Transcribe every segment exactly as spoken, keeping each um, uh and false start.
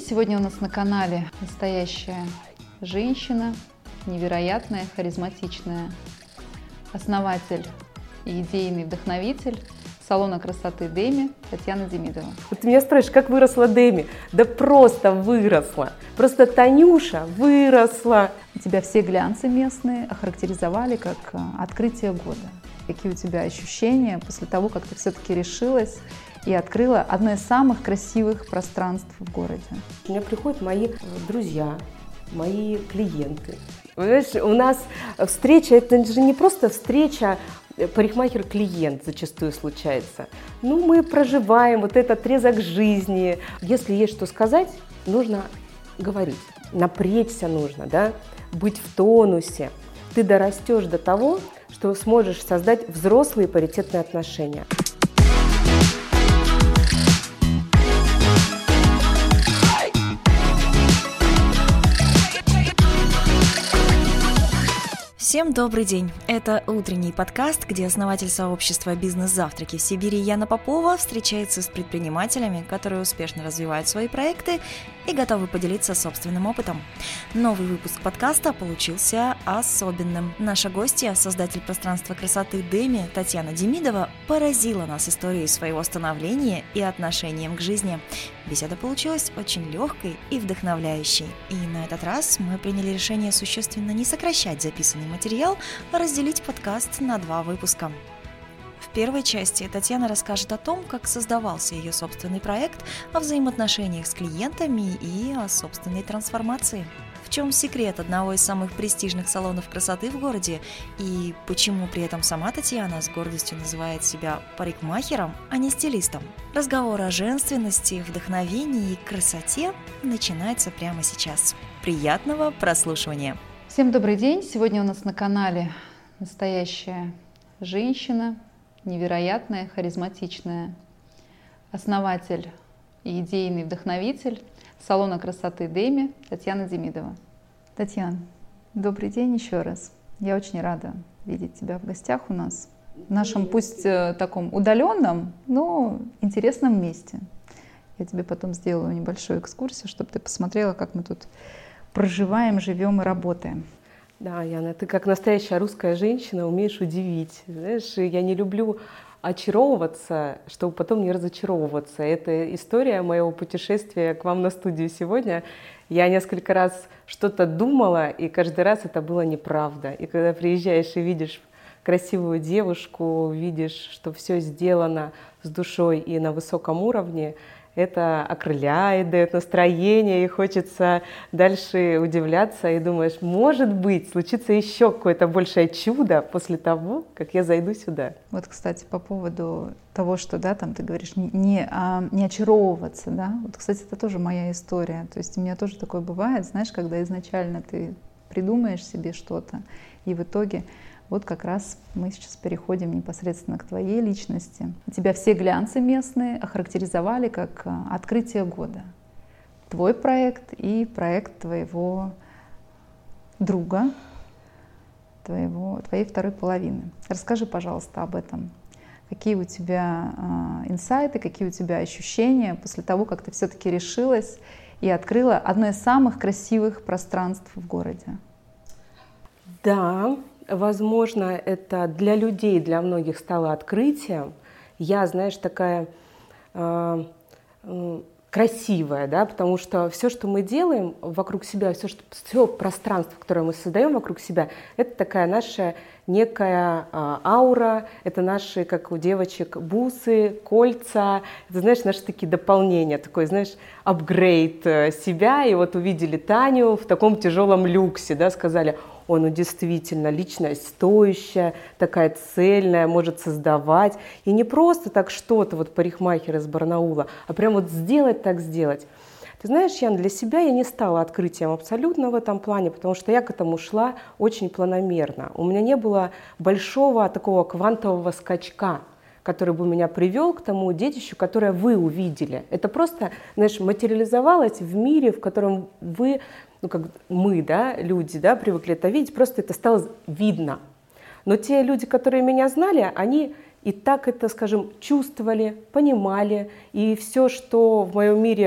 Сегодня у нас на канале настоящая женщина, невероятная, харизматичная, основатель и идейный вдохновитель салона красоты Деми Татьяна Демидова. Вот ты меня спрашиваешь, как выросла Деми? Да просто выросла. Просто Танюша выросла. У тебя все глянцы местные охарактеризовали как открытие года. Какие у тебя ощущения после того, как ты все-таки решилась и открыла одно из самых красивых пространств в городе? У меня приходят мои друзья, мои клиенты. Понимаешь, у нас встреча, это же не просто встреча парикмахер-клиент зачастую случается. Ну, мы проживаем вот этот отрезок жизни. Если есть что сказать, нужно говорить. Напрячься нужно, да? Быть в тонусе. Ты дорастешь до того, что сможешь создать взрослые паритетные отношения. Всем добрый день! Это утренний подкаст, где основатель сообщества «Бизнес-завтраки» в Сибири Яна Попова встречается с предпринимателями, которые успешно развивают свои проекты и готовы поделиться собственным опытом. Новый выпуск подкаста получился особенным. Наша гостья, создатель пространства красоты Деми Татьяна Демидова, поразила нас историей своего становления и отношением к жизни. Беседа получилась очень легкой и вдохновляющей. И на этот раз мы приняли решение существенно не сокращать записанный материал, а разделить подкаст на два выпуска. В первой части Татьяна расскажет о том, как создавался ее собственный проект, о взаимоотношениях с клиентами и о собственной трансформации. В чем секрет одного из самых престижных салонов красоты в городе и почему при этом сама Татьяна с гордостью называет себя парикмахером, а не стилистом. Разговор о женственности, вдохновении и красоте начинается прямо сейчас. Приятного прослушивания! Всем добрый день! Сегодня у нас на канале настоящая женщина, невероятная, харизматичная, основатель и идейный вдохновитель салона красоты Деми Татьяна Демидова. Татьяна, добрый день еще раз. Я очень рада видеть тебя в гостях у нас, в нашем пусть таком удаленном, но интересном месте. Я тебе потом сделаю небольшую экскурсию, чтобы ты посмотрела, как мы тут проживаем, живем и работаем. Да, Яна, ты как настоящая русская женщина умеешь удивить. Знаешь, я не люблю очаровываться, чтобы потом не разочаровываться. Это история моего путешествия к вам на студию сегодня. Я несколько раз что-то думала, и каждый раз это было неправда. И когда приезжаешь и видишь красивую девушку, видишь, что все сделано с душой и на высоком уровне, это окрыляет, дает настроение, и хочется дальше удивляться, и думаешь, может быть, случится еще какое-то большее чудо после того, как я зайду сюда. Вот, кстати, по поводу того, что, да, там ты говоришь, не, а, не очаровываться, да, вот, кстати, это тоже моя история, то есть у меня тоже такое бывает, знаешь, когда изначально ты придумаешь себе что-то, и в итоге вот как раз мы сейчас переходим непосредственно к твоей личности. Тебя все глянцы местные охарактеризовали как открытие года. Твой проект и проект твоего друга, твоего, твоей второй половины. Расскажи, пожалуйста, об этом. Какие у тебя э, инсайты, какие у тебя ощущения после того, как ты все-таки решилась и открыла одно из самых красивых пространств в городе? Да. Возможно, это для людей, для многих стало открытием. Я, знаешь, такая э, э, красивая, да, потому что все, что мы делаем вокруг себя, все, что, все пространство, которое мы создаем вокруг себя, это такая наша некая э, аура, это наши, как у девочек, бусы, кольца, это, знаешь, наши такие дополнения, такой, знаешь, апгрейд себя. И вот увидели Таню в таком тяжелом люксе, да, сказали: Ой, ну действительно, личность стоящая, такая цельная, может создавать. И не просто так что-то, вот парикмахер из Барнаула, а прям вот сделать так сделать. Ты знаешь, Ян, для себя я не стала открытием абсолютно в этом плане, потому что я к этому шла очень планомерно. У меня не было большого такого квантового скачка, который бы меня привел к тому детищу, которое вы увидели. Это просто, знаешь, материализовалось в мире, в котором вы, ну как мы, да, люди, да, привыкли это видеть, просто это стало видно. Но те люди, которые меня знали, они и так это, скажем, чувствовали, понимали, и все, что в моем мире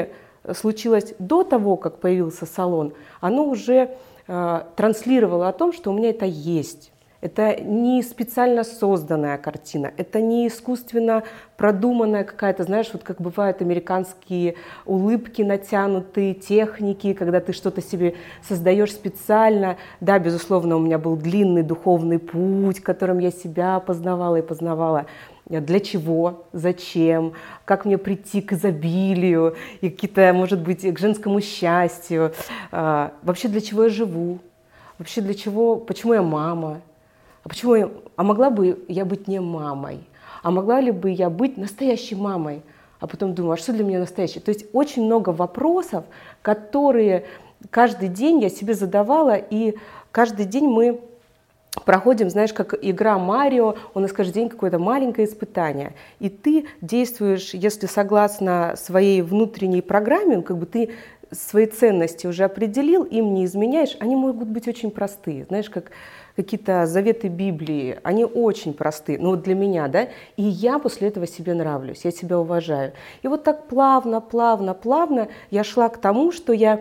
случилось до того, как появился салон, оно уже э, транслировало о том, что у меня это есть. Это не специально созданная картина, это не искусственно продуманная какая-то, знаешь, вот как бывают американские улыбки натянутые, техники, когда ты что-то себе создаешь специально. Да, безусловно, у меня был длинный духовный путь, которым я себя познавала и познавала. Для чего, зачем, как мне прийти к изобилию, и какие-то, может быть, к женскому счастью, а, вообще для чего я живу, вообще для чего, почему я мама. А почему я, а могла бы я быть не мамой? А могла ли бы я быть настоящей мамой? А потом думаю, а что для меня настоящее? То есть очень много вопросов, которые каждый день я себе задавала, и каждый день мы проходим, знаешь, как игра Марио, у нас каждый день какое-то маленькое испытание. И ты действуешь, если согласно своей внутренней программе, как бы ты свои ценности уже определил, им не изменяешь, они могут быть очень простые. Знаешь, как какие-то заветы Библии, они очень простые, ну вот для меня, да, и я после этого себе нравлюсь, я себя уважаю. И вот так плавно, плавно, плавно я шла к тому, что я,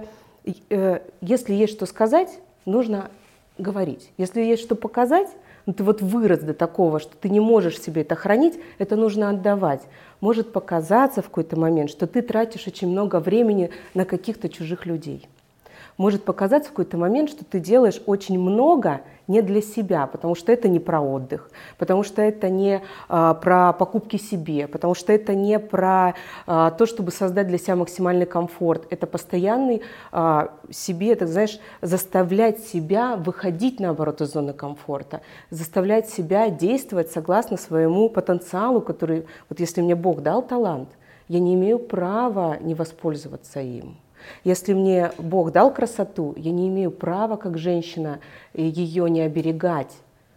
э, если есть что сказать, нужно говорить. Если есть что показать, ну ты вот вырос до такого, что ты не можешь себе это хранить, это нужно отдавать. Может показаться в какой-то момент, что ты тратишь очень много времени на каких-то чужих людей. Может показаться в какой-то момент, что ты делаешь очень много не для себя, потому что это не про отдых, потому что это не а, про покупки себе, потому что это не про а, то, чтобы создать для себя максимальный комфорт. Это постоянный а, себе, так знаешь, заставлять себя выходить, наоборот, из зоны комфорта, заставлять себя действовать согласно своему потенциалу, который, вот если мне Бог дал талант, я не имею права не воспользоваться им. Если мне Бог дал красоту, я не имею права, как женщина, ее не оберегать.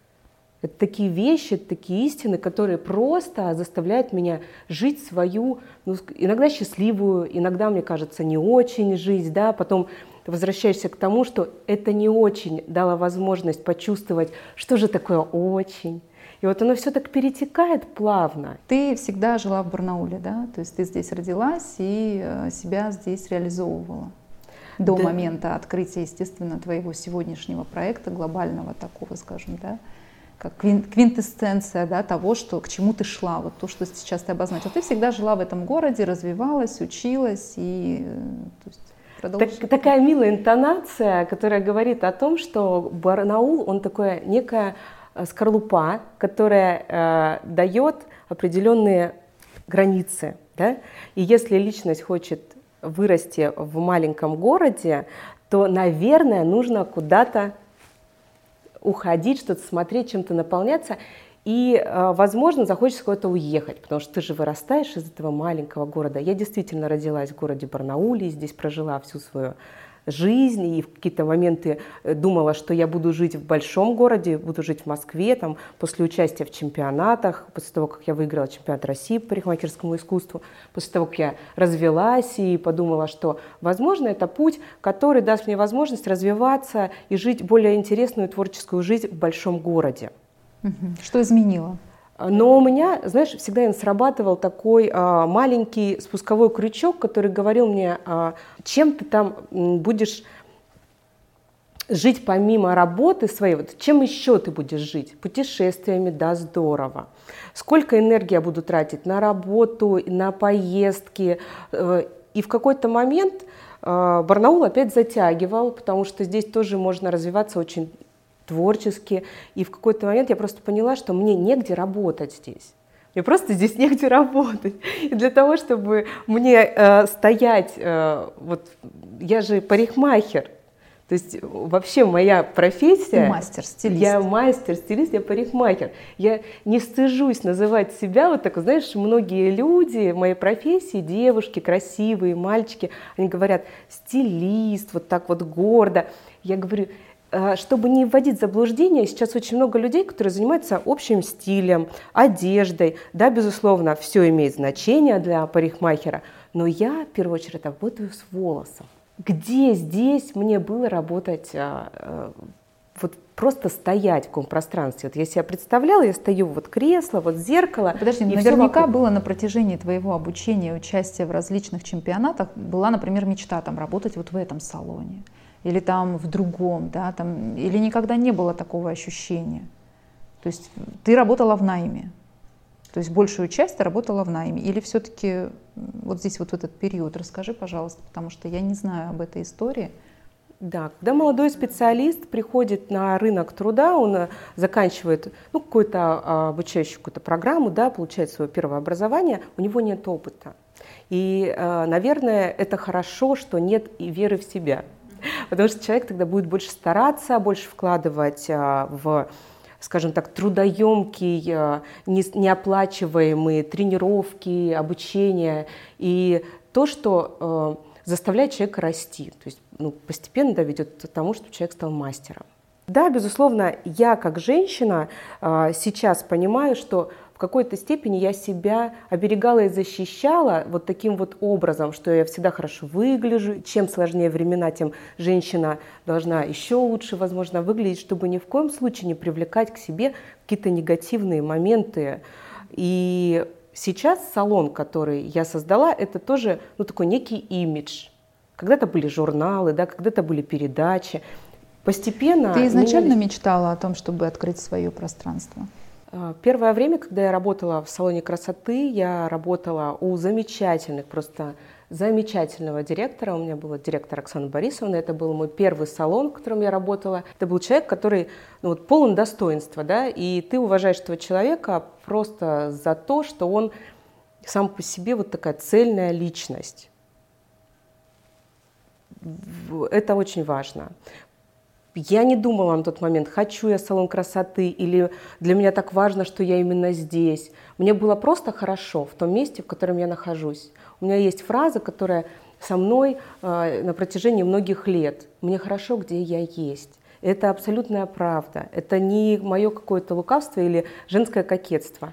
Это такие вещи, это такие истины, которые просто заставляют меня жить свою, ну, иногда счастливую, иногда, мне кажется, не очень жизнь, да, потом ты возвращаешься к тому, что это не очень дало возможность почувствовать, что же такое очень. И вот оно все так перетекает плавно. Ты всегда жила в Барнауле, да? То есть ты здесь родилась и себя здесь реализовывала до да. момента открытия, естественно, твоего сегодняшнего проекта, глобального такого, скажем, да? Как квинтэссенция, да, того, что, к чему ты шла, вот то, что сейчас ты обозначила. Ты всегда жила в этом городе, развивалась, училась и то есть, продолжила. Так, такая милая интонация, которая говорит о том, что Барнаул, он такое некое скорлупа, которая э, дает определенные границы. Да? И если личность хочет вырасти в маленьком городе, то, наверное, нужно куда-то уходить, что-то смотреть, чем-то наполняться. И, э, возможно, захочется куда-то уехать, потому что ты же вырастаешь из этого маленького города. Я действительно родилась в городе Барнауле, здесь прожила всю свою жизнь, и в какие-то моменты думала, что я буду жить в большом городе, буду жить в Москве, там, после участия в чемпионатах, после того, как я выиграла чемпионат России по парикмахерскому искусству, после того, как я развелась и подумала, что, возможно, это путь, который даст мне возможность развиваться и жить более интересную творческую жизнь в большом городе. Что изменило? Но у меня, знаешь, всегда срабатывал такой а, маленький спусковой крючок, который говорил мне, а, чем ты там будешь жить помимо работы своей, вот чем еще ты будешь жить? Путешествиями, да, здорово. Сколько энергии я буду тратить на работу, на поездки. И в какой-то момент а, Барнаул опять затягивал, потому что здесь тоже можно развиваться очень творчески, и в какой-то момент я просто поняла, что мне негде работать здесь. Мне просто здесь негде работать. И для того, чтобы мне э, стоять, э, вот я же парикмахер, то есть вообще моя профессия... Ты мастер-стилист. Я мастер-стилист, я парикмахер. Я не стыжусь называть себя вот так, знаешь, многие люди в моей профессии, девушки красивые, мальчики, они говорят, стилист, вот так вот гордо. Я говорю... Чтобы не вводить в заблуждение, сейчас очень много людей, которые занимаются общим стилем, одеждой. Да, безусловно, все имеет значение для парикмахера, но я, в первую очередь, работаю с волосом. Где здесь мне было работать вот просто стоять в каком пространстве. Вот я себя представляла, я стою, вот кресло, вот зеркало. Подожди, наверняка вокруг... было на протяжении твоего обучения, участия в различных чемпионатах, была, например, мечта там работать вот в этом салоне или там в другом, да, там, или никогда не было такого ощущения. То есть ты работала в найме, то есть большую часть ты работала в найме, или все-таки вот здесь вот в этот период, расскажи, пожалуйста, потому что я не знаю об этой истории. Да, когда молодой специалист приходит на рынок труда, он заканчивает ну, какую-то обучающую какую-то программу, да, получает свое первое образование, у него нет опыта. И, наверное, это хорошо, что нет и веры в себя, потому что человек тогда будет больше стараться, больше вкладывать в, скажем так, трудоемкие, неоплачиваемые тренировки, обучение и то, что заставляет человека расти, то есть ну, постепенно да, ведет к тому, чтобы человек стал мастером. Да, безусловно, я как женщина сейчас понимаю, что в какой-то степени я себя оберегала и защищала вот таким вот образом, что я всегда хорошо выгляжу. Чем сложнее времена, тем женщина должна еще лучше, возможно, выглядеть, чтобы ни в коем случае не привлекать к себе какие-то негативные моменты. И сейчас салон, который я создала, это тоже ну, такой некий имидж. Когда-то были журналы, да, когда-то были передачи. Постепенно... Ты изначально менялись... мечтала о том, чтобы открыть свое пространство? Первое время, когда я работала в салоне красоты, я работала у замечательных, просто замечательного директора. У меня был директор Оксана Борисовна. Это был мой первый салон, в котором я работала. Это был человек, который ну, вот, полон достоинства, да, и ты уважаешь этого человека просто за то, что он сам по себе вот такая цельная личность. Это очень важно. Я не думала на тот момент, хочу я салон красоты, или для меня так важно, что я именно здесь. Мне было просто хорошо в том месте, в котором я нахожусь. У меня есть фраза, которая со мной э, на протяжении многих лет. Мне хорошо, где я есть. Это абсолютная правда. Это не мое какое-то лукавство или женское кокетство.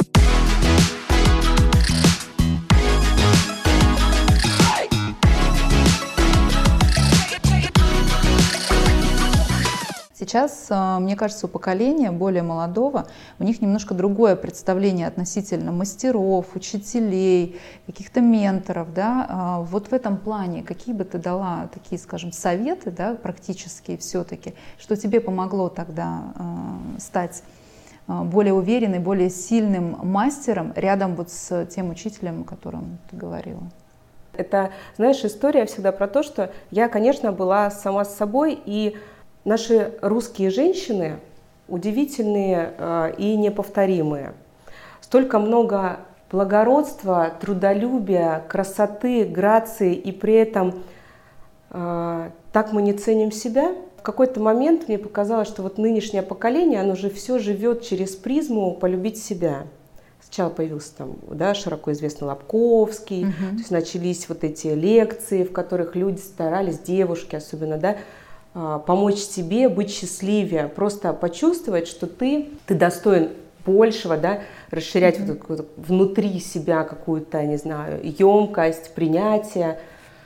Сейчас, мне кажется, у поколения более молодого, у них немножко другое представление относительно мастеров, учителей, каких-то менторов. Да? Вот в этом плане какие бы ты дала такие, скажем, советы, да, практические все-таки, что тебе помогло тогда стать более уверенным, более сильным мастером рядом вот с тем учителем, о котором ты говорила? Это, знаешь, история всегда про то, что я, конечно, была сама с собой, и наши русские женщины удивительные э, и неповторимые. Столько много благородства, трудолюбия, красоты, грации, и при этом э, так мы не ценим себя. В какой-то момент мне показалось, что вот нынешнее поколение, оно же все живет через призму полюбить себя. Сначала появился там, да, широко известный Лобковский, uh-huh. то есть начались вот эти лекции, в которых люди старались, девушки особенно, да, помочь себе быть счастливее, просто почувствовать, что ты, ты достоин большего, да, расширять mm-hmm. вот, вот, внутри себя какую-то, не знаю, емкость, принятие.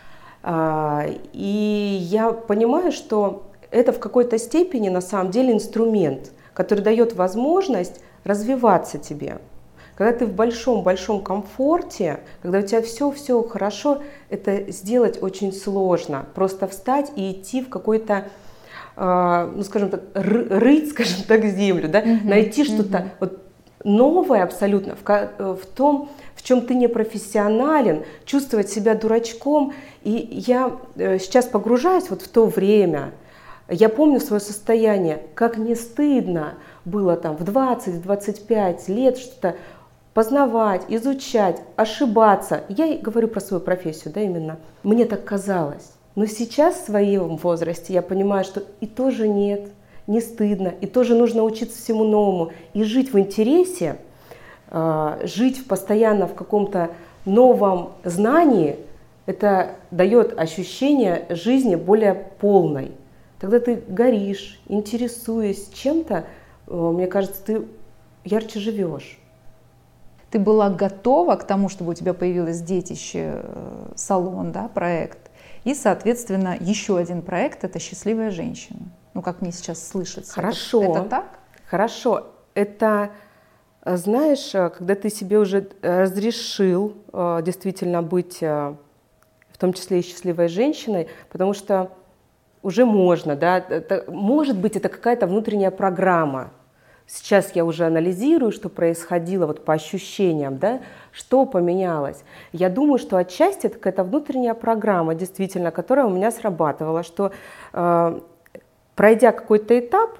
И я понимаю, что это в какой-то степени на самом деле инструмент, который дает возможность развиваться тебе. Когда ты в большом-большом комфорте, когда у тебя все-все хорошо, это сделать очень сложно. Просто встать и идти в какой-то, э, ну скажем так, рыть, скажем так, землю, да? Mm-hmm. Найти mm-hmm. что-то вот новое абсолютно в, в том, в чем ты не профессионален, чувствовать себя дурачком. И я сейчас погружаюсь вот в то время. Я помню свое состояние, как не стыдно было там в двадцать-двадцать пять лет что-то познавать, изучать, ошибаться. Я и говорю про свою профессию, да, именно. Мне так казалось. Но сейчас в своем возрасте я понимаю, что и тоже нет, не стыдно, и тоже нужно учиться всему новому. И жить в интересе, жить постоянно в каком-то новом знании, это дает ощущение жизни более полной. Тогда ты горишь, интересуясь чем-то, мне кажется, ты ярче живешь. Ты была готова к тому, чтобы у тебя появилось детище, салон, да, проект, и, соответственно, еще один проект – это «Счастливая женщина». ну как мне сейчас слышится. Хорошо. Это, это так? Хорошо. Это, знаешь, когда ты себе уже разрешил действительно быть, в том числе и счастливой женщиной, потому что уже можно, да, это, может быть, это какая-то внутренняя программа. Сейчас я уже анализирую, что происходило вот по ощущениям, да, что поменялось. Я думаю, что отчасти это какая-то внутренняя программа, действительно, которая у меня срабатывала, что э, пройдя какой-то этап,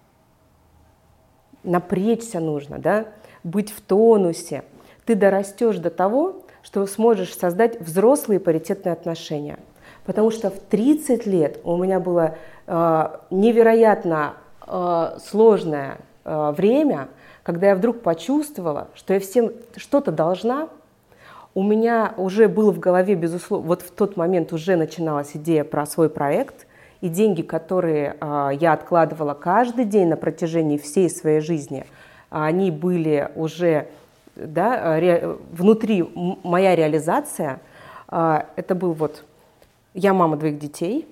напрячься нужно, да, быть в тонусе. Ты дорастешь до того, что сможешь создать взрослые паритетные отношения. Потому что в тридцать лет у меня было э, невероятно э, сложное э, время, когда я вдруг почувствовала, что я всем что-то должна. У меня уже было в голове, безусловно, вот в тот момент уже начиналась идея про свой проект, и деньги, которые э, я откладывала каждый день на протяжении всей своей жизни, они были уже, да, ре, внутри моя реализация. Э, это был вот... Я мама двоих детей.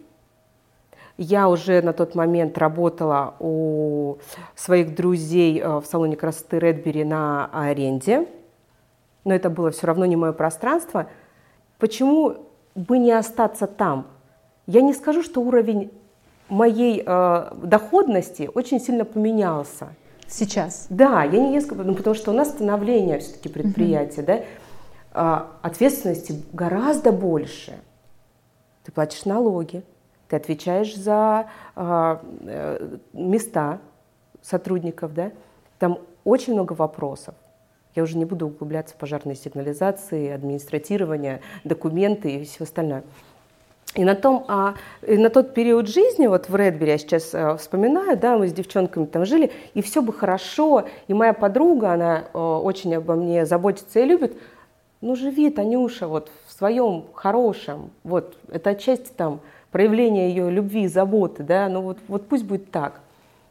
Я уже на тот момент работала у своих друзей в салоне красоты Редбери на аренде, но это было все равно не мое пространство. Почему бы не остаться там? Я не скажу, что уровень моей э, доходности очень сильно поменялся. Сейчас? Да, я не скажу, ну, потому что у нас становление все-таки предприятия, uh-huh. да, э, ответственности гораздо больше. Ты платишь налоги, ты отвечаешь за э, э, места сотрудников, да? Там очень много вопросов. Я уже не буду углубляться в пожарные сигнализации, администратирование, документы и все остальное. И на, том, а, и на тот период жизни, вот в Редбери, я сейчас а, вспоминаю, да, мы с девчонками там жили, и все бы хорошо, и моя подруга, она а, очень обо мне заботится и любит. Ну, живи, Танюша, вот в своем хорошем, вот, это отчасти там проявление ее любви и заботы, да, ну вот, вот пусть будет так.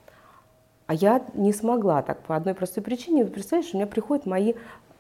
А я не смогла так по одной простой причине. Представляешь, у меня приходят мои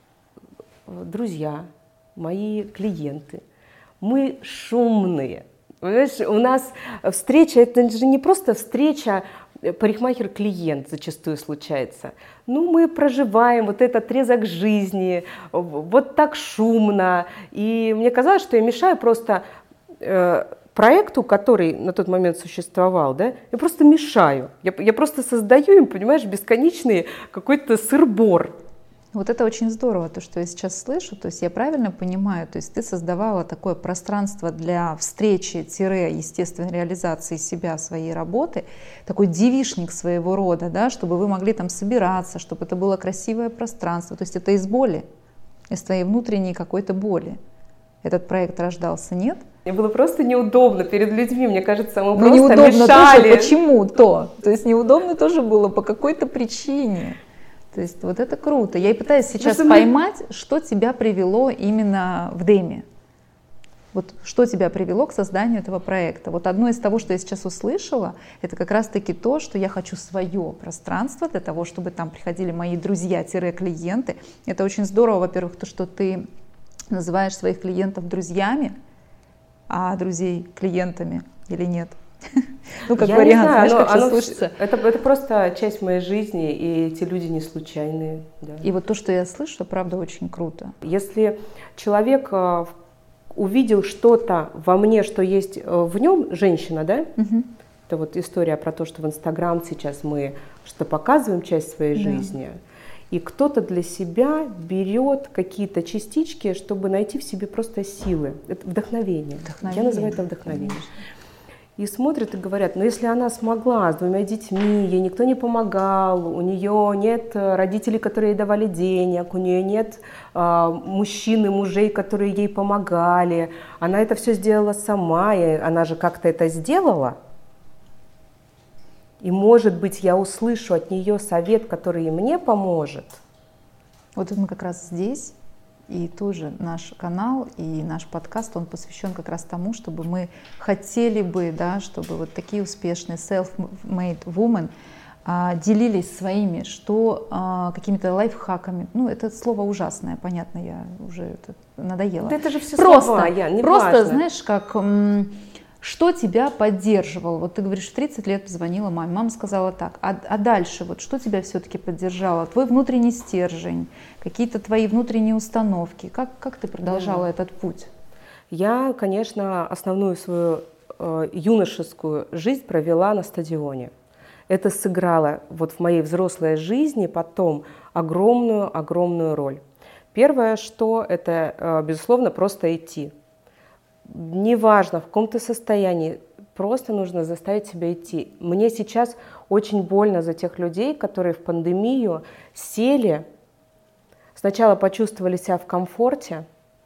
друзья, мои клиенты. Мы шумные. Понимаешь, у нас встреча, это же не просто встреча парикмахер-клиент зачастую случается. Ну, мы проживаем вот этот отрезок жизни, вот так шумно. И мне казалось, что я мешаю просто э, проекту, который на тот момент существовал, да, я просто мешаю. Я, я просто создаю им, понимаешь, бесконечный какой-то сыр-бор. Вот это очень здорово, то, что я сейчас слышу, то есть я правильно понимаю, то есть ты создавала такое пространство для встречи-естественной реализации себя, своей работы, такой девичник своего рода, да, чтобы вы могли там собираться, чтобы это было красивое пространство, то есть это из боли, из твоей внутренней какой-то боли. Этот проект рождался, нет? Мне было просто неудобно перед людьми, мне кажется, мы ну, просто неудобно мешали. Тоже почему-то, то есть неудобно тоже было по какой-то причине. То есть вот это круто. Я и пытаюсь сейчас ну, поймать, мы... что тебя привело именно в Дэме. Вот что тебя привело к созданию этого проекта. Вот одно из того, что я сейчас услышала, это как раз-таки то, что я хочу свое пространство для того, чтобы там приходили мои друзья-клиенты. Это очень здорово, во-первых, то, что ты называешь своих клиентов друзьями, а друзей клиентами или нет. Ну, как я вариант, не знаю, знаешь, оно, как оно, слышится. Это, это просто часть моей жизни, и эти люди не случайные. Да. И вот то, что я слышу, правда очень круто. Если человек увидел что-то во мне, что есть в нем, женщина, да? Угу. Это вот история про то, что в Инстаграм сейчас мы что показываем часть своей да. жизни, и кто-то для себя берет какие-то частички, чтобы найти в себе просто силы. Это вдохновение. вдохновение. Я называю это вдохновение. Конечно. И смотрят и говорят, ну если она смогла с двумя детьми, ей никто не помогал, у нее нет родителей, которые ей давали денег, у нее нет а, мужчин и мужей, которые ей помогали, она это все сделала сама, и она же как-то это сделала. И может быть я услышу от нее совет, который и мне поможет. Вот мы как раз здесь. И тоже наш канал и наш подкаст, он посвящен как раз тому, чтобы мы хотели бы, да, чтобы вот такие успешные self-made women а, делились своими, что а, какими-то лайфхаками. Ну, это слово ужасное, понятно, я уже это надоело. Да это же все просто, слова, я, не Просто, важно. Знаешь, как м, Что тебя поддерживало? Вот ты говоришь, в тридцать лет позвонила маме, мама сказала так, а, а дальше вот что тебя все-таки поддержало? Твой внутренний стержень, какие-то твои внутренние установки, как, как ты продолжала да. этот путь? Я, конечно, основную свою э, юношескую жизнь провела на стадионе. Это сыграло вот в моей взрослой жизни потом огромную-огромную роль. Первое, что это, э, безусловно, просто идти. Неважно, в каком ты состоянии, просто нужно заставить себя идти. Мне сейчас очень больно за тех людей, которые в пандемию сели, сначала почувствовали себя в комфорте,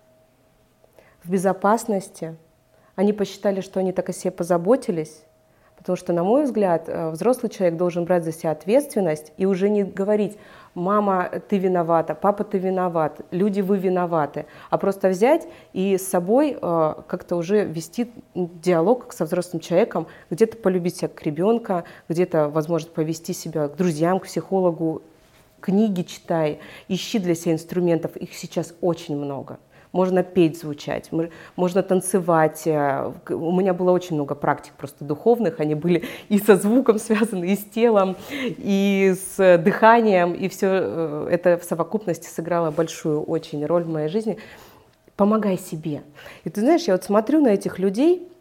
в безопасности. Они посчитали, что они так о себе позаботились, потому что, на мой взгляд, взрослый человек должен брать за себя ответственность и уже не говорить: «Мама, ты виновата», «Папа, ты виноват», «Люди, вы виноваты», а просто взять и с собой э, как-то уже вести диалог со взрослым человеком, где-то полюбить себя как ребенка, где-то, возможно, повести себя к друзьям, к психологу, книги читай, ищи для себя инструментов, их сейчас очень много. Можно петь, звучать, можно танцевать. У меня было очень много практик просто духовных, они были и со звуком связаны, и с телом, и с дыханием, и все это в совокупности сыграло большую очень роль в моей жизни. Помогай себе. И ты знаешь, я вот смотрю на этих людей,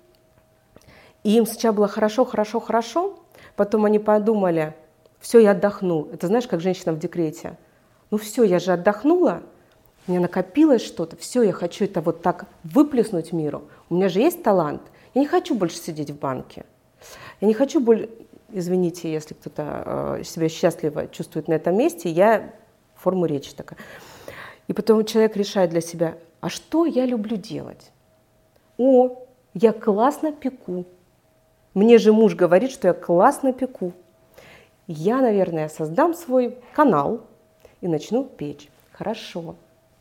и им сначала было хорошо, хорошо, хорошо, потом они подумали: все, я отдохну. Это знаешь, как женщина в декрете. Ну все, я же отдохнула, у меня накопилось что-то, все, я хочу это вот так выплеснуть миру. У меня же есть талант. Я не хочу больше сидеть в банке. Я не хочу больше, извините, если кто-то э, себя счастливо чувствует на этом месте, я форму речи такая. И потом человек решает для себя: а что я люблю делать? О, я классно пеку. Мне же муж говорит, что я классно пеку. Я, наверное, создам свой канал и начну печь. Хорошо.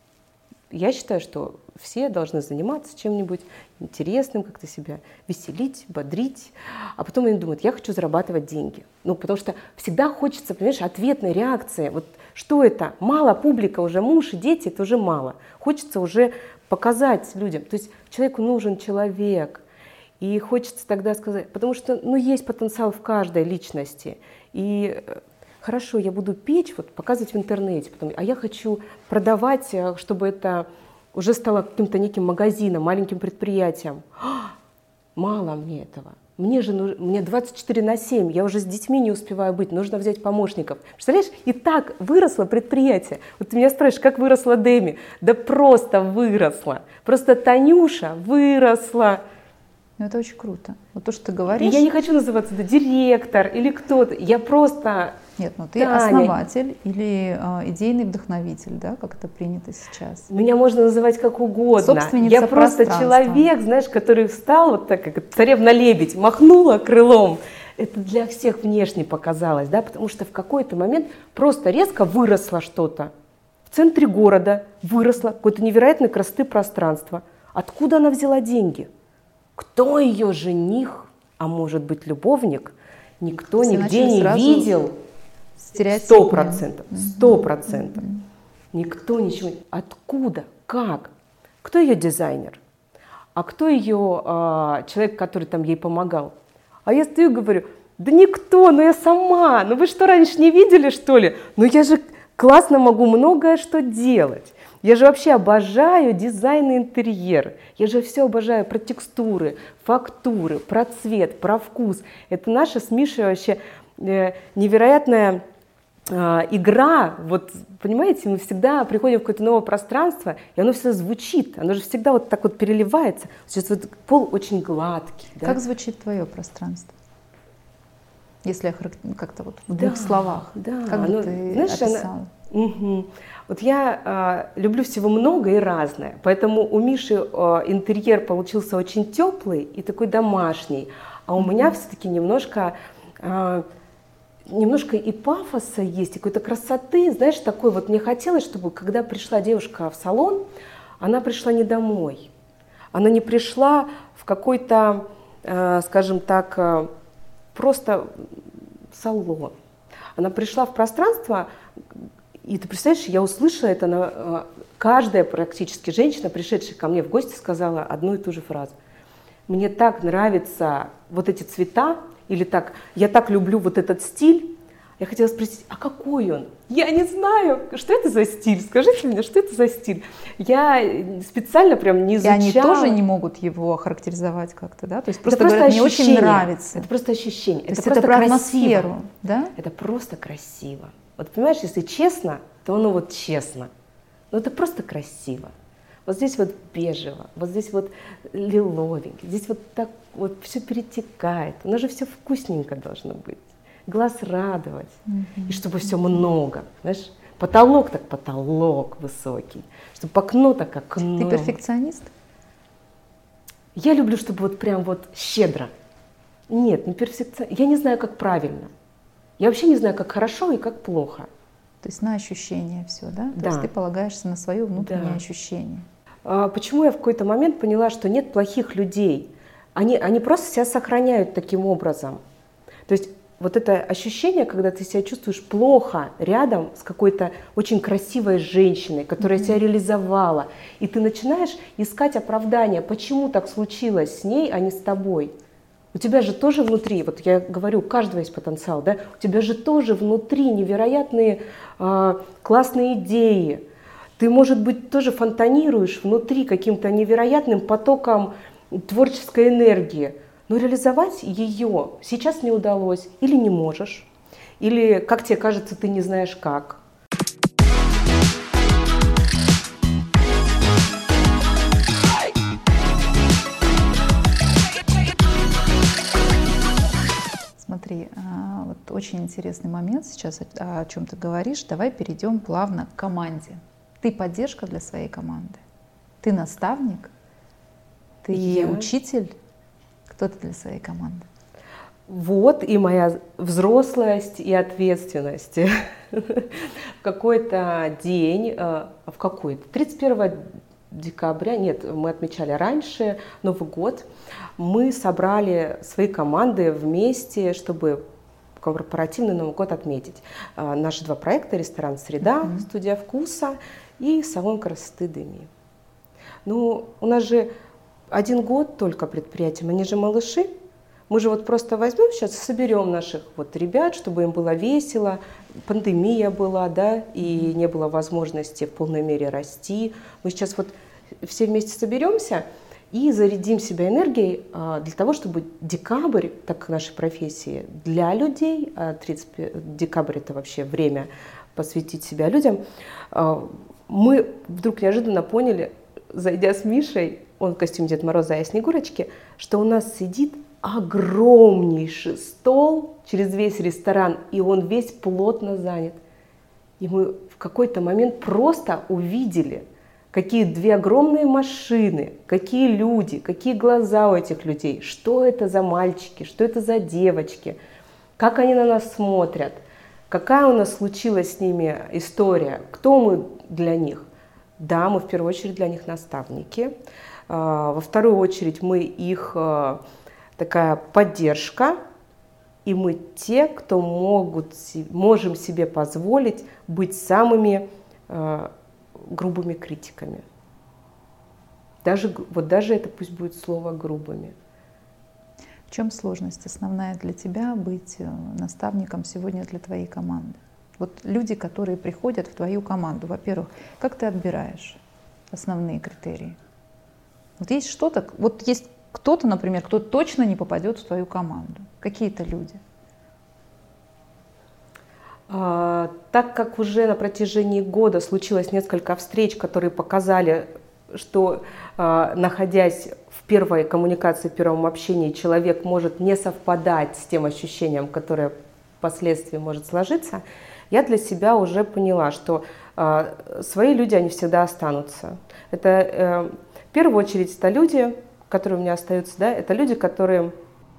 Я считаю, что все должны заниматься чем-нибудь интересным, как-то себя веселить, бодрить. А потом они думают: я хочу зарабатывать деньги. Ну, потому что всегда хочется, понимаешь, ответной реакции. Вот что это? Мало публика, уже муж и дети, это уже мало. Хочется уже показать людям. То есть человеку нужен человек. И хочется тогда сказать, потому что ну, есть потенциал в каждой личности. И хорошо, я буду печь, вот, показывать в интернете, потом, а я хочу продавать, чтобы это уже стало каким-то неким магазином, маленьким предприятием. А, мало мне этого. Мне же нужно, мне двадцать четыре на семь, я уже с детьми не успеваю быть, нужно взять помощников. Представляешь, и так выросло предприятие. Вот ты меня спрашиваешь, как выросла Дэми? Да просто выросла. Просто Танюша выросла. Ну, это очень круто. Вот то, что ты говоришь. И я не хочу называться да, директор или кто-то. Я просто... Нет, ну ты Таня. Основатель или э, идейный вдохновитель, да, как это принято сейчас. Меня можно называть как угодно. Собственница Я просто человек, знаешь, который встал вот так, как царевна-лебедь, махнула крылом. Это для всех внешне показалось, да, потому что в какой-то момент просто резко выросло что-то. В центре города выросло какое-то невероятной красоты пространство. Откуда она взяла деньги? Кто ее жених, а может быть любовник, никто Все нигде не видел. Сто процентов, сто процентов. Никто ничего. Откуда? Как? Кто ее дизайнер? А кто ее а, человек, который там ей помогал? А я стою и говорю: да никто, ну я сама. Ну вы что, раньше не видели, что ли? Ну я же классно могу многое что делать. Я же вообще обожаю дизайн и интерьер. Я же все обожаю про текстуры, фактуры, про цвет, про вкус. Это наша с Мишей вообще э, невероятная э, игра. Вот, понимаете, мы всегда приходим в какое-то новое пространство, и оно все звучит. Оно же всегда вот так вот переливается. Сейчас вот пол очень гладкий. Да? Как звучит твое пространство? Если я как-то вот в да, двух словах, да, как оно, бы ты знаешь, описала? Она, угу. Вот я э, люблю всего много и разное, поэтому у Миши э, интерьер получился очень теплый и такой домашний, а у mm-hmm. меня все-таки немножко, э, немножко и пафоса есть, и какой-то красоты, знаешь, такой вот. Мне хотелось, чтобы когда пришла девушка в салон, она пришла не домой, она не пришла в какой-то, э, скажем так, э, просто салон. Она пришла в пространство. И ты представляешь, я услышала это, на, каждая практически женщина, пришедшая ко мне в гости, сказала одну и ту же фразу. мне так нравятся вот эти цвета, или так, я так люблю вот этот стиль. Я хотела спросить, а какой он? Я не знаю, что это за стиль, скажите мне, что это за стиль? Я специально прям не изучала. И они тоже не могут его охарактеризовать как-то, да? То есть просто, просто говорят, мне очень нравится. Это просто ощущение. То есть это это просто про красиво. атмосферу, да? Это просто красиво. Вот понимаешь, если честно, то оно вот честно. Но это просто красиво. Вот здесь вот бежево, вот здесь вот лиловенький, здесь вот так вот все перетекает. У нас же все вкусненько должно быть. Глаз радовать, mm-hmm. и чтобы все много, знаешь, потолок так потолок высокий, чтобы окно так окно. Ты перфекционист? Я люблю, чтобы вот прям вот щедро. Нет, не перфекционист. Я не знаю, как правильно. Я вообще не знаю, как хорошо и как плохо. То есть на ощущение все, да? То да. есть ты полагаешься на свое внутреннее да. ощущение. А почему я в какой-то момент поняла, что нет плохих людей? Они, они просто себя сохраняют таким образом. То есть вот это ощущение, когда ты себя чувствуешь плохо рядом с какой-то очень красивой женщиной, которая mm-hmm. себя реализовала, и ты начинаешь искать оправдания, почему так случилось с ней, а не с тобой. У тебя же тоже внутри, вот я говорю, у каждого есть потенциал, да? У тебя же тоже внутри невероятные э, классные идеи. Ты, может быть, тоже фонтанируешь внутри каким-то невероятным потоком творческой энергии. Но реализовать ее сейчас не удалось, или не можешь, или, как тебе кажется, ты не знаешь как. Смотри, вот очень интересный момент сейчас, о чем ты говоришь. Давай перейдем плавно к команде. Ты поддержка для своей команды, ты наставник, ты Я... учитель. Кто ты для своей команды? Вот и моя взрослость и ответственность. В какой-то день, в какой-то, тридцать первого декабря, нет, мы отмечали раньше, Новый год, мы собрали свои команды вместе, чтобы корпоративный Новый год отметить. Наши два проекта: ресторан «Среда», mm-hmm. студия вкуса и салон красоты «Деми». Ну, у нас же один год только предприятием, они же малыши. Мы же вот просто возьмем сейчас, соберем наших вот ребят, чтобы им было весело. Пандемия была, да, и не было возможности в полной мере расти. Мы сейчас вот все вместе соберемся и зарядим себя энергией для того, чтобы декабрь, так в нашей профессии, для людей, а тридцатый декабрь это вообще время посвятить себя людям, мы вдруг неожиданно поняли, зайдя с Мишей, он в костюме Деда Мороза, а я Снегурочки, что у нас сидит огромнейший стол через весь ресторан, и он весь плотно занят. И мы в какой-то момент просто увидели, какие две огромные машины, какие люди, какие глаза у этих людей, что это за мальчики, что это за девочки, как они на нас смотрят, какая у нас случилась с ними история, кто мы для них. Да, мы в первую очередь для них наставники, во вторую очередь мы их такая поддержка, и мы те, кто могут, можем себе позволить быть самыми э, грубыми критиками. Даже, вот даже это пусть будет слово грубыми. В чем сложность основная для тебя быть наставником сегодня для твоей команды? Вот люди, которые приходят в твою команду, во-первых, как ты отбираешь основные критерии? Вот есть что-то, вот есть кто-то, например, кто точно не попадет в твою команду. Какие-то люди. А, так как уже на протяжении года случилось несколько встреч, которые показали, что, а, находясь в первой коммуникации, в первом общении, человек может не совпадать с тем ощущением, которое впоследствии может сложиться, я для себя уже поняла, что а, свои люди, они всегда останутся. Это, э, в первую очередь, это люди, которые у меня остаются, да, это люди, которые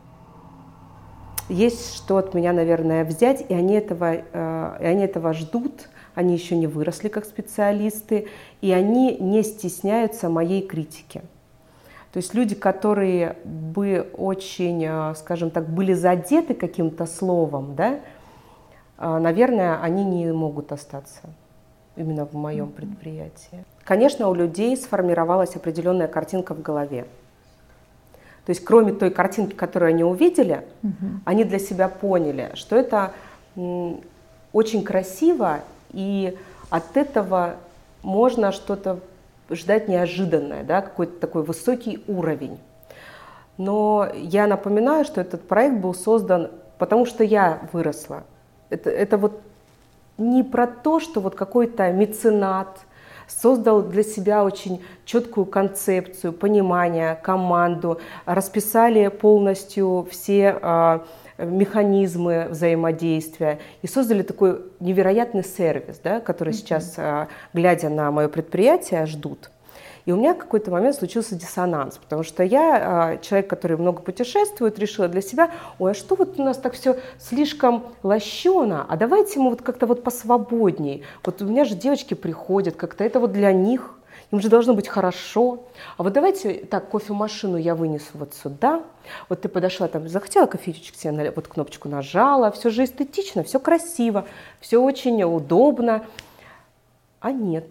есть что от меня, наверное, взять, и они этого, э, и они этого ждут, они еще не выросли как специалисты, и они не стесняются моей критики. То есть люди, которые бы очень, э, скажем так, были задеты каким-то словом, да, э, наверное, они не могут остаться именно в моем mm-hmm. предприятии. Конечно, у людей сформировалась определенная картинка в голове. То есть кроме той картинки, которую они увидели, Угу. они для себя поняли, что это м, очень красиво, и от этого можно что-то ждать неожиданное, да, какой-то такой высокий уровень. Но я напоминаю, что этот проект был создан, потому что я выросла. Это, это вот не про то, что вот какой-то меценат создал для себя очень четкую концепцию, понимание, команду, расписали полностью все а, механизмы взаимодействия и создали такой невероятный сервис, да, который mm-hmm. сейчас, а, глядя на мое предприятие, ждут. И у меня в какой-то момент случился диссонанс, потому что я, человек, который много путешествует, решила для себя: ой, а что вот у нас так все слишком лощено, а давайте мы вот как-то вот посвободней. Вот у меня же девочки приходят, как-то это вот для них, им же должно быть хорошо. А вот давайте так, кофемашину я вынесу вот сюда. Вот ты подошла там, захотела кофеечек себе, вот кнопочку нажала, все же эстетично, все красиво, все очень удобно. А нет.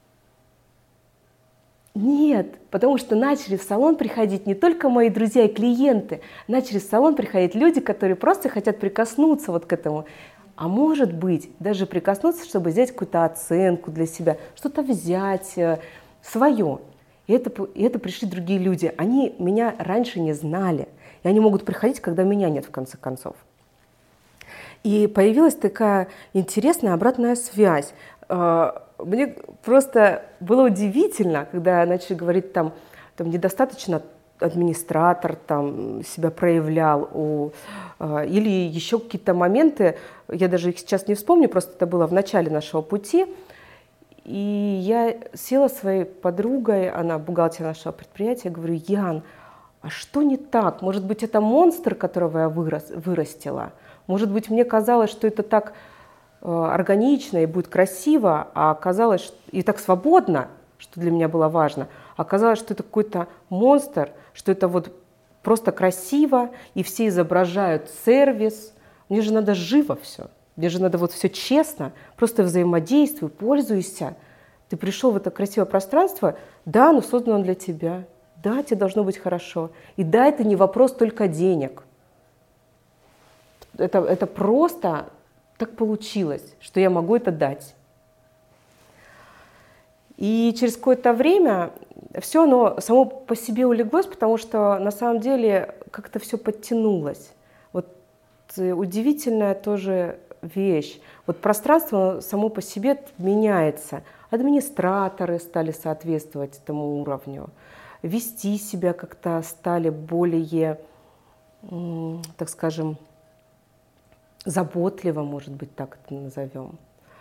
Нет, потому что начали в салон приходить не только мои друзья и клиенты, начали в салон приходить люди, которые просто хотят прикоснуться вот к этому. А может быть, даже прикоснуться, чтобы взять какую-то оценку для себя, что-то взять свое. И это, и это пришли другие люди. Они меня раньше не знали. И они могут приходить, когда меня нет, в конце концов. И появилась такая интересная обратная связь. Мне просто было удивительно, когда начали говорить, там, там недостаточно администратор там, себя проявлял, у, или еще какие-то моменты, я даже их сейчас не вспомню, просто это было в начале нашего пути. И я села со своей подругой, она бухгалтер нашего предприятия, говорю: Ян, а что не так? Может быть, это монстр, которого я вырос, вырастила? Может быть, мне казалось, что это так органично и будет красиво, а оказалось, и так свободно, что для меня было важно, оказалось, что это какой-то монстр, что это вот просто красиво, и все изображают сервис. Мне же надо живо все, мне же надо вот все честно, просто взаимодействуй, пользуйся. Ты пришел в это красивое пространство, да, но создано для тебя, да, тебе должно быть хорошо, и да, это не вопрос только денег. Это, это просто так получилось, что я могу это дать. И через какое-то время все оно само по себе улеглось, потому что на самом деле как-то все подтянулось. Вот удивительная тоже вещь. Вот пространство само по себе меняется. Администраторы стали соответствовать этому уровню, вести себя как-то стали более, так скажем, заботливо, может быть, так это назовем.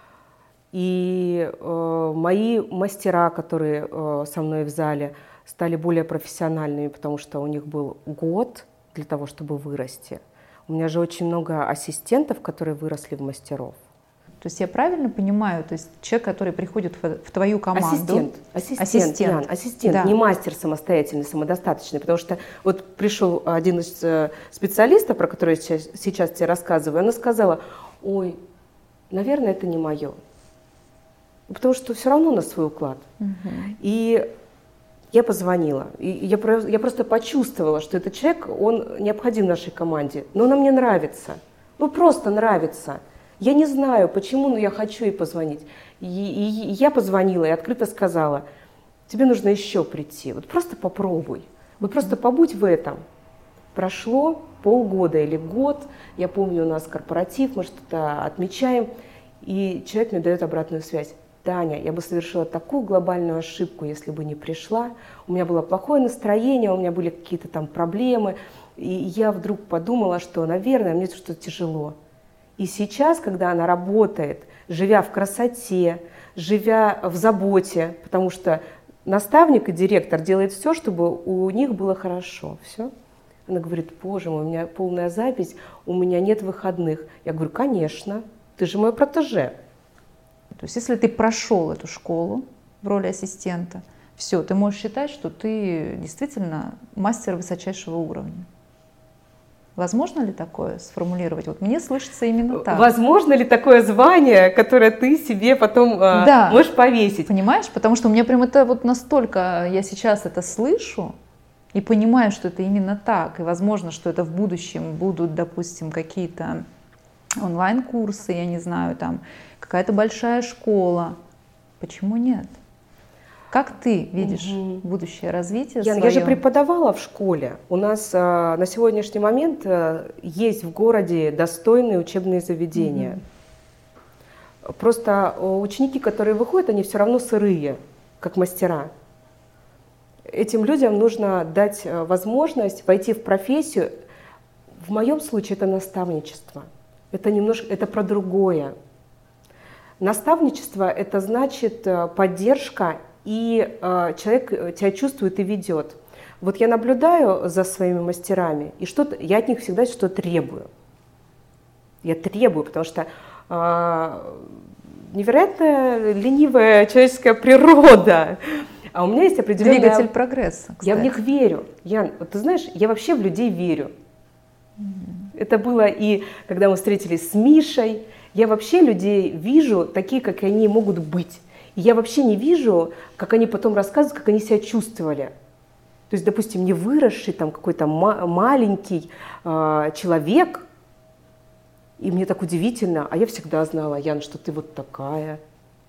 И э, мои мастера, которые э, со мной в зале, стали более профессиональными, потому что у них был год для того, чтобы вырасти. У меня же очень много ассистентов, которые выросли в мастеров. То есть я правильно понимаю, то есть человек, который приходит в, в твою команду... Ассистент, ассистент, ассистент, Ян, ассистент, да. Не мастер самостоятельный, самодостаточный, потому что вот пришел один из специалистов, про который я сейчас, сейчас тебе рассказываю, она сказала: ой, наверное, это не мое, потому что все равно на свой уклад. Угу. И я позвонила, и я, я просто почувствовала, что этот человек, он необходим нашей команде, но она мне нравится, ну просто нравится. Я не знаю, почему, но я хочу ей позвонить. И, и, и я позвонила и открыто сказала: тебе нужно еще прийти, вот просто попробуй, вот просто побудь в этом. Прошло полгода или год, я помню, у нас корпоратив, мы что-то отмечаем, и человек мне дает обратную связь: Таня, я бы совершила такую глобальную ошибку, если бы не пришла, у меня было плохое настроение, у меня были какие-то там проблемы, и я вдруг подумала, что, наверное, мне что-то тяжело. И сейчас, когда она работает, живя в красоте, живя в заботе, потому что наставник и директор делают все, чтобы у них было хорошо. Все. Она говорит: боже мой, у меня полная запись, у меня нет выходных. Я говорю: конечно, ты же мой протеже. То есть если ты прошел эту школу в роли ассистента, все, ты можешь считать, что ты действительно мастер высочайшего уровня. Возможно ли такое сформулировать? Вот мне слышится именно так. Возможно ли такое звание, которое ты себе потом да. э, можешь повесить? Понимаешь? Потому что у меня прям это вот настолько, я сейчас это слышу, И понимаю, что это именно так. И возможно, что это в будущем будут, допустим, какие-то онлайн-курсы, я не знаю, там какая-то большая школа. Почему нет? Как ты видишь угу. будущее развитие Ян, я же преподавала в школе. У нас а, на сегодняшний момент а, есть в городе достойные учебные заведения. Угу. Просто ученики, которые выходят, они все равно сырые, как мастера. Этим людям нужно дать возможность войти в профессию. В моем случае это наставничество. Это немножко, это про другое. Наставничество — это значит поддержка, и э, человек тебя чувствует и ведет. Вот я наблюдаю за своими мастерами, и что-то, я от них всегда что-то требую. Я требую, потому что э, невероятно ленивая человеческая природа. А у меня есть определенный... Двигатель прогресса, кстати. Я в них верю. Я, вот ты знаешь, я вообще в людей верю. Mm-hmm. Это было и когда мы встретились с Мишей. Я вообще людей вижу такие, как они могут быть. И я вообще не вижу, как они потом рассказывают, как они себя чувствовали. То есть, допустим, не выросший там какой-то ма- маленький э, человек, и мне так удивительно, а я всегда знала, Ян, что ты вот такая.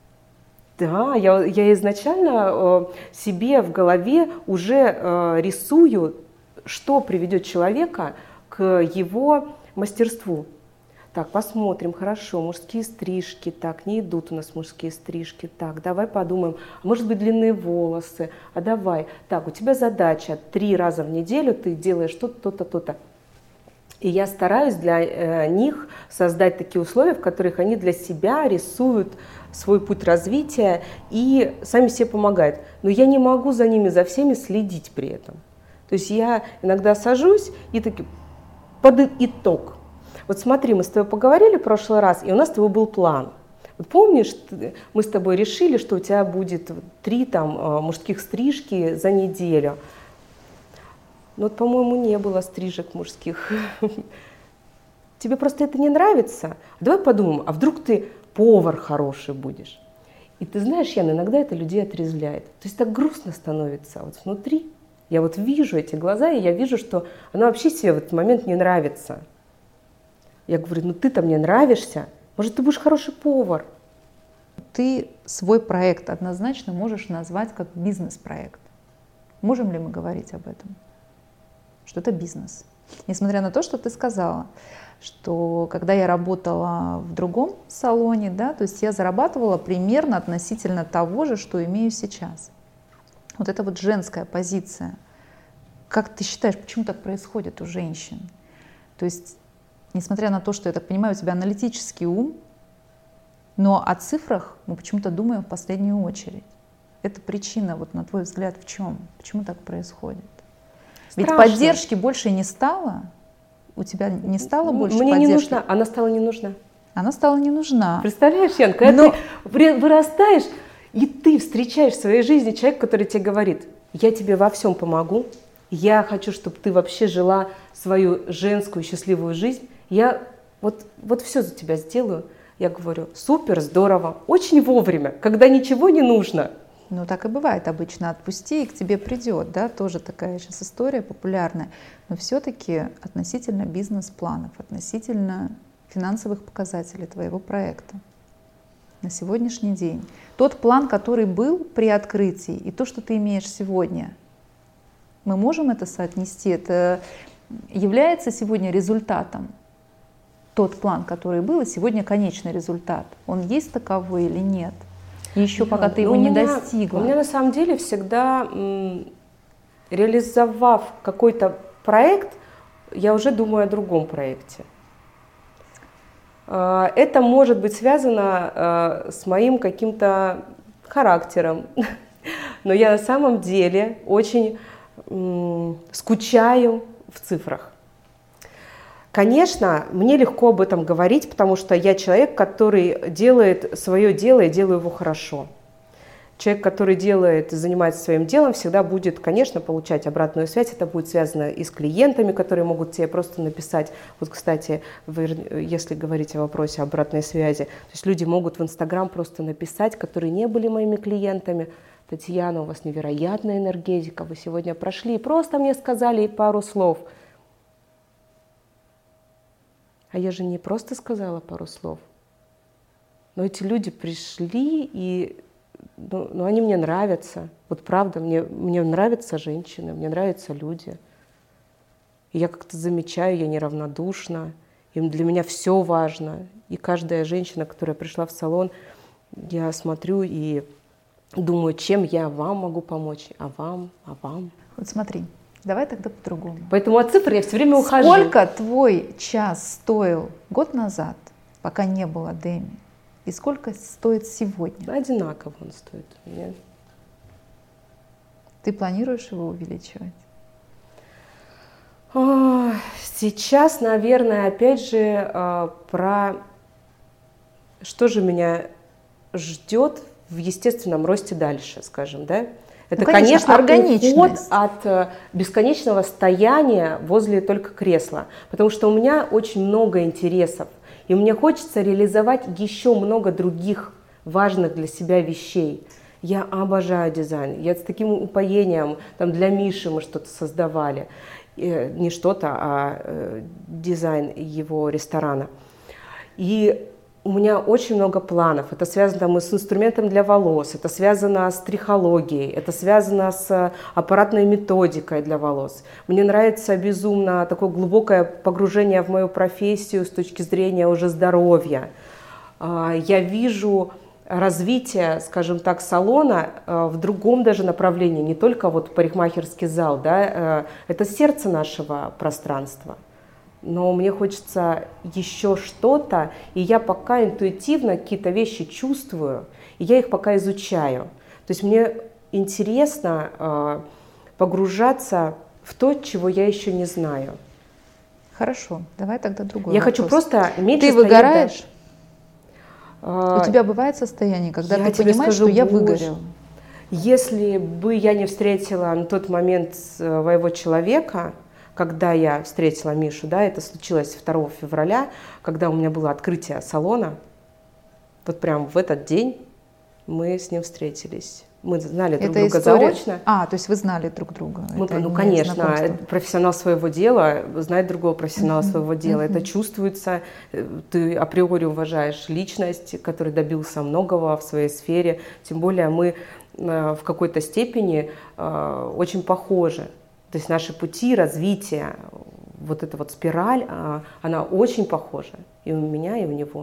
Да, я, я изначально э, себе в голове уже э, рисую, что приведет человека к его мастерству. Так, посмотрим, хорошо, мужские стрижки, так, не идут у нас мужские стрижки, так, давай подумаем, может быть, длинные волосы, а давай, так, у тебя задача, три раза в неделю ты делаешь что-то, то-то, то-то. И я стараюсь для э, них создать такие условия, в которых они для себя рисуют свой путь развития и сами себе помогают. Но я не могу за ними, за всеми следить при этом. То есть я иногда сажусь и таки под итог. Вот смотри, мы с тобой поговорили в прошлый раз, и у нас с тобой был план. Вот помнишь, мы с тобой решили, что у тебя будет три там мужских стрижки за неделю. Но вот, по-моему, не было стрижек мужских. Тебе просто это не нравится? Давай подумаем, а вдруг ты повар хороший будешь? И ты знаешь, Ян, иногда это людей отрезвляет. То есть так грустно становится вот внутри. Я вот вижу эти глаза, и я вижу, что она вообще себе в этот момент не нравится. Я говорю, ну ты-то мне нравишься, может, ты будешь хороший повар. Ты свой проект однозначно можешь назвать как бизнес-проект. Можем ли мы говорить об этом? Что это бизнес. Несмотря на то, что ты сказала, что когда я работала в другом салоне, да, то есть я зарабатывала примерно относительно того же, что имею сейчас. Вот это вот женская позиция. Как ты считаешь, почему так происходит у женщин? То есть несмотря на то, что, я так понимаю, у тебя аналитический ум, но о цифрах мы почему-то думаем в последнюю очередь. Это причина, вот на твой взгляд, в чем? Почему так происходит? Ведь Страшно. Поддержки больше не стало? У тебя не стало больше Мне поддержки? не нужна, она стала не нужна. Она стала не нужна. Представляешь, Ян, когда но... ты вырастаешь, и ты встречаешь в своей жизни человека, который тебе говорит, я тебе во всем помогу, я хочу, чтобы ты вообще жила свою женскую счастливую жизнь, я вот, вот все за тебя сделаю. Я говорю, супер, здорово, очень вовремя, когда ничего не нужно. Ну, так и бывает обычно. Отпусти, и к тебе придет, да, тоже такая сейчас история популярная. Но все-таки относительно бизнес-планов, относительно финансовых показателей твоего проекта на сегодняшний день. Тот план, который был при открытии, и то, что ты имеешь сегодня, мы можем это соотнести? Это является сегодня результатом? Тот план, который был, и сегодня конечный результат. Он есть таковой или нет? И еще да, пока ты его не меня, достигла. У меня на самом деле всегда, м, реализовав какой-то проект, я уже думаю о другом проекте. Это может быть связано с моим каким-то характером. Но я на самом деле очень м, скучаю в цифрах. Конечно, мне легко об этом говорить, потому что я человек, который делает свое дело и делаю его хорошо. Человек, который делает, занимается своим делом, всегда будет, конечно, получать обратную связь. Это будет связано и с клиентами, которые могут тебе просто написать. Вот, кстати, вы, если говорить о вопросе обратной связи, то есть люди могут в Инстаграм просто написать, которые не были моими клиентами. Татьяна, у вас невероятная энергетика, вы сегодня прошли, просто мне сказали пару слов. А я же не просто сказала пару слов. Но эти люди пришли, и ну, ну, они мне нравятся. Вот правда, мне, мне нравятся женщины, мне нравятся люди. И я как-то замечаю, я неравнодушна. И для меня все важно. И каждая женщина, которая пришла в салон, я смотрю и думаю, чем я вам могу помочь, а вам, а вам. Вот смотри, давай тогда по-другому. Поэтому от цифр я все время ухожу. Сколько твой час стоил год назад, пока не было Дэми, и сколько стоит сегодня? Одинаково он стоит у меня. Ты планируешь его увеличивать? Сейчас, наверное, опять же про что же меня ждет в естественном росте дальше, скажем, да? Это, ну, конечно, конечно уход от бесконечного стояния возле только кресла, потому что у меня очень много интересов, и мне хочется реализовать еще много других важных для себя вещей. Я обожаю дизайн, я с таким упоением, там для Миши мы что-то создавали, не что-то, а дизайн его ресторана. И у меня очень много планов. Это связано там, с инструментом для волос, это связано с трихологией, это связано с аппаратной методикой для волос. Мне нравится безумно такое глубокое погружение в мою профессию с точки зрения уже здоровья. Я вижу развитие, скажем так, салона в другом даже направлении, не только вот парикмахерский зал, да, это сердце нашего пространства. Но мне хочется еще что-то, и я пока интуитивно какие-то вещи чувствую, и я их пока изучаю. То есть мне интересно э, погружаться в то, чего я еще не знаю. Хорошо, давай тогда другой Я вопрос. хочу просто меньше Ты стоять выгораешь? дальше. У тебя бывает состояние, когда я ты понимаешь, скажу, что я больше. выгорел? Если бы я не встретила на тот момент своего человека, когда я встретила Мишу, да, это случилось второго февраля, когда у меня было открытие салона, вот прям в этот день мы с ним встретились. Мы знали друг это друга история... заочно. А, то есть вы знали друг друга. Мы, это ну, конечно, знакомство. профессионал своего дела знает другого профессионала uh-huh. своего дела. Uh-huh. Это чувствуется. Ты априори уважаешь личность, который добился многого в своей сфере. Тем более мы в какой-то степени очень похожи. То есть наши пути развития, вот эта вот спираль, она очень похожа и у меня, и у него.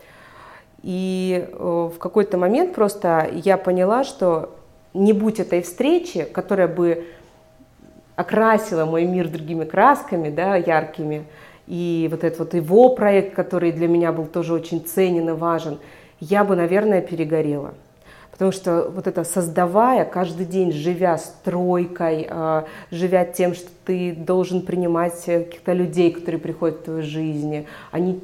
И в какой-то момент просто я поняла, что не будь этой встречи, которая бы окрасила мой мир другими красками, да, яркими, и вот этот вот его проект, который для меня был тоже очень ценен и важен, я бы, наверное, перегорела. Потому что вот это создавая, каждый день живя стройкой, живя тем, что ты должен принимать каких-то людей, которые приходят в твою жизнь, они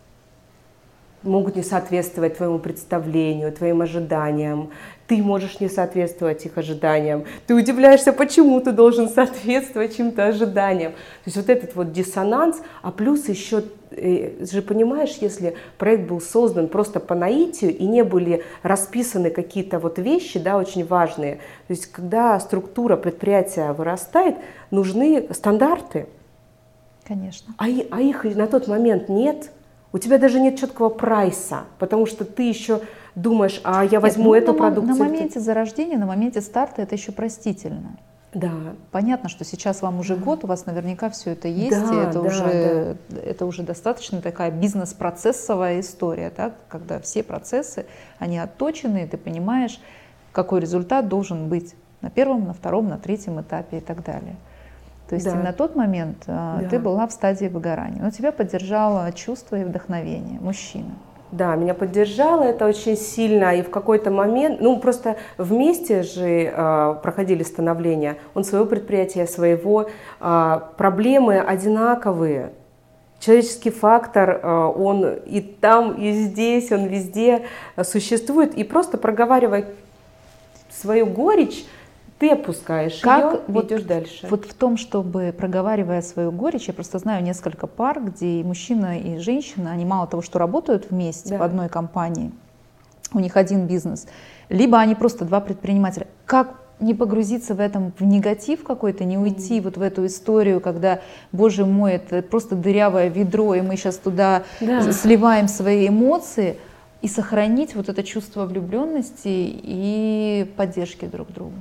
могут не соответствовать твоему представлению, твоим ожиданиям. Ты можешь не соответствовать их ожиданиям. Ты удивляешься, почему ты должен соответствовать чьим-то ожиданиям. То есть вот этот вот диссонанс, а плюс еще, же понимаешь, если проект был создан просто по наитию и не были расписаны какие-то вот вещи, да, очень важные. То есть когда структура предприятия вырастает, нужны стандарты. Конечно. А, а их на тот момент нет. У тебя даже нет четкого прайса, потому что ты еще думаешь, а я возьму Нет, ну, эту на, продукцию. На моменте зарождения, на моменте старта это еще простительно. Да. Понятно, что сейчас вам уже год, у вас наверняка все это есть, да, и это, да, уже, да. это уже достаточно такая бизнес-процессовая история, да? Когда все процессы, они отточены, и ты понимаешь, какой результат должен быть на первом, на втором, на третьем этапе и так далее. То есть да. на тот момент да. ты была в стадии выгорания, но тебя поддержало чувство и вдохновение, мужчина. Да, меня поддержало это очень сильно, и в какой-то момент, ну просто вместе же э, проходили становления, он своего предприятия, своего, э, проблемы одинаковые. Человеческий фактор, э, он и там, и здесь, он везде существует, и просто проговаривая свою горечь, ты опускаешь как ее вот, и идешь дальше. Вот в том, чтобы, проговаривая свою горечь, я просто знаю несколько пар, где и мужчина, и женщина, они мало того, что работают вместе да. в одной компании, у них один бизнес, либо они просто два предпринимателя. как не погрузиться в этом в негатив какой-то, не уйти mm-hmm. вот в эту историю, когда, боже мой, это просто дырявое ведро, и мы сейчас туда да. сливаем свои эмоции, и сохранить вот это чувство влюбленности и поддержки друг друга.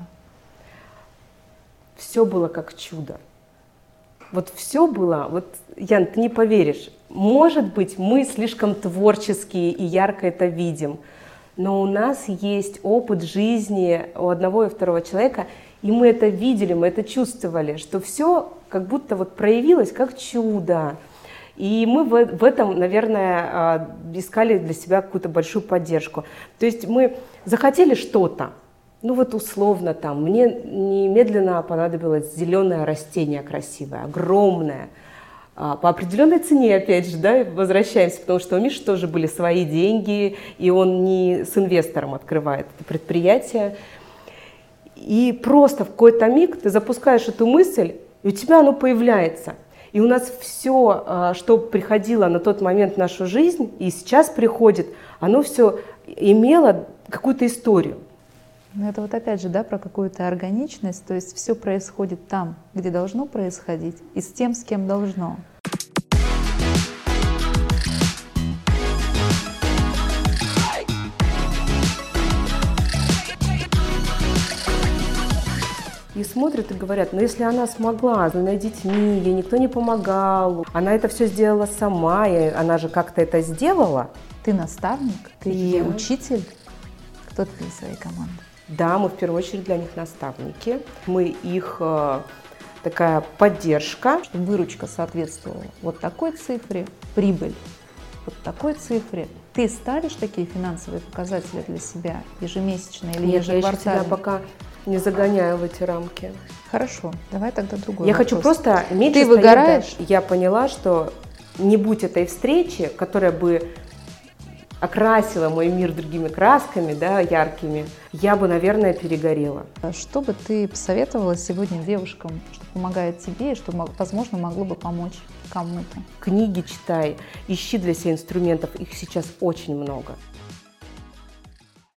Все было как чудо. Вот все было, вот, Ян, ты не поверишь, может быть, мы слишком творческие и ярко это видим, но у нас есть опыт жизни у одного и второго человека, и мы это видели, мы это чувствовали, что все как будто вот проявилось как чудо. И мы в, в этом, наверное, искали для себя какую-то большую поддержку. То есть мы захотели что-то, ну вот условно там, мне немедленно понадобилось зеленое растение красивое, огромное, по определенной цене, опять же, да, возвращаемся, потому что у Миши тоже были свои деньги, и он не с инвестором открывает это предприятие. И просто в какой-то миг ты запускаешь эту мысль, и у тебя оно появляется. И у нас все, что приходило на тот момент в нашу жизнь, и сейчас приходит, оно все имело какую-то историю. Ну это вот опять же, да, про какую-то органичность, то есть все происходит там, где должно происходить, и с тем, с кем должно. И смотрят и говорят, ну если она смогла, ну над детьми, ей никто не помогал, она это все сделала сама, и она же как-то это сделала. Ты наставник, ты и... учитель, кто ты для своей команды? Да, мы в первую очередь для них наставники, мы их э, такая поддержка. Чтобы выручка соответствовала вот такой цифре, прибыль вот такой цифре. Ты ставишь такие финансовые показатели для себя ежемесячные или Нет, ежеквартальные? Я еще себя пока не загоняю в эти рамки. Хорошо, давай тогда другой Я вопрос. хочу просто меньше Ты выгораешь? Дальше. Я поняла, что не будь этой встречи, которая бы окрасила мой мир другими красками, да, яркими, я бы, наверное, перегорела. Что бы ты посоветовала сегодня девушкам, что помогает тебе и что, возможно, могло бы помочь кому-то? Книги читай, ищи для себя инструментов, их сейчас очень много.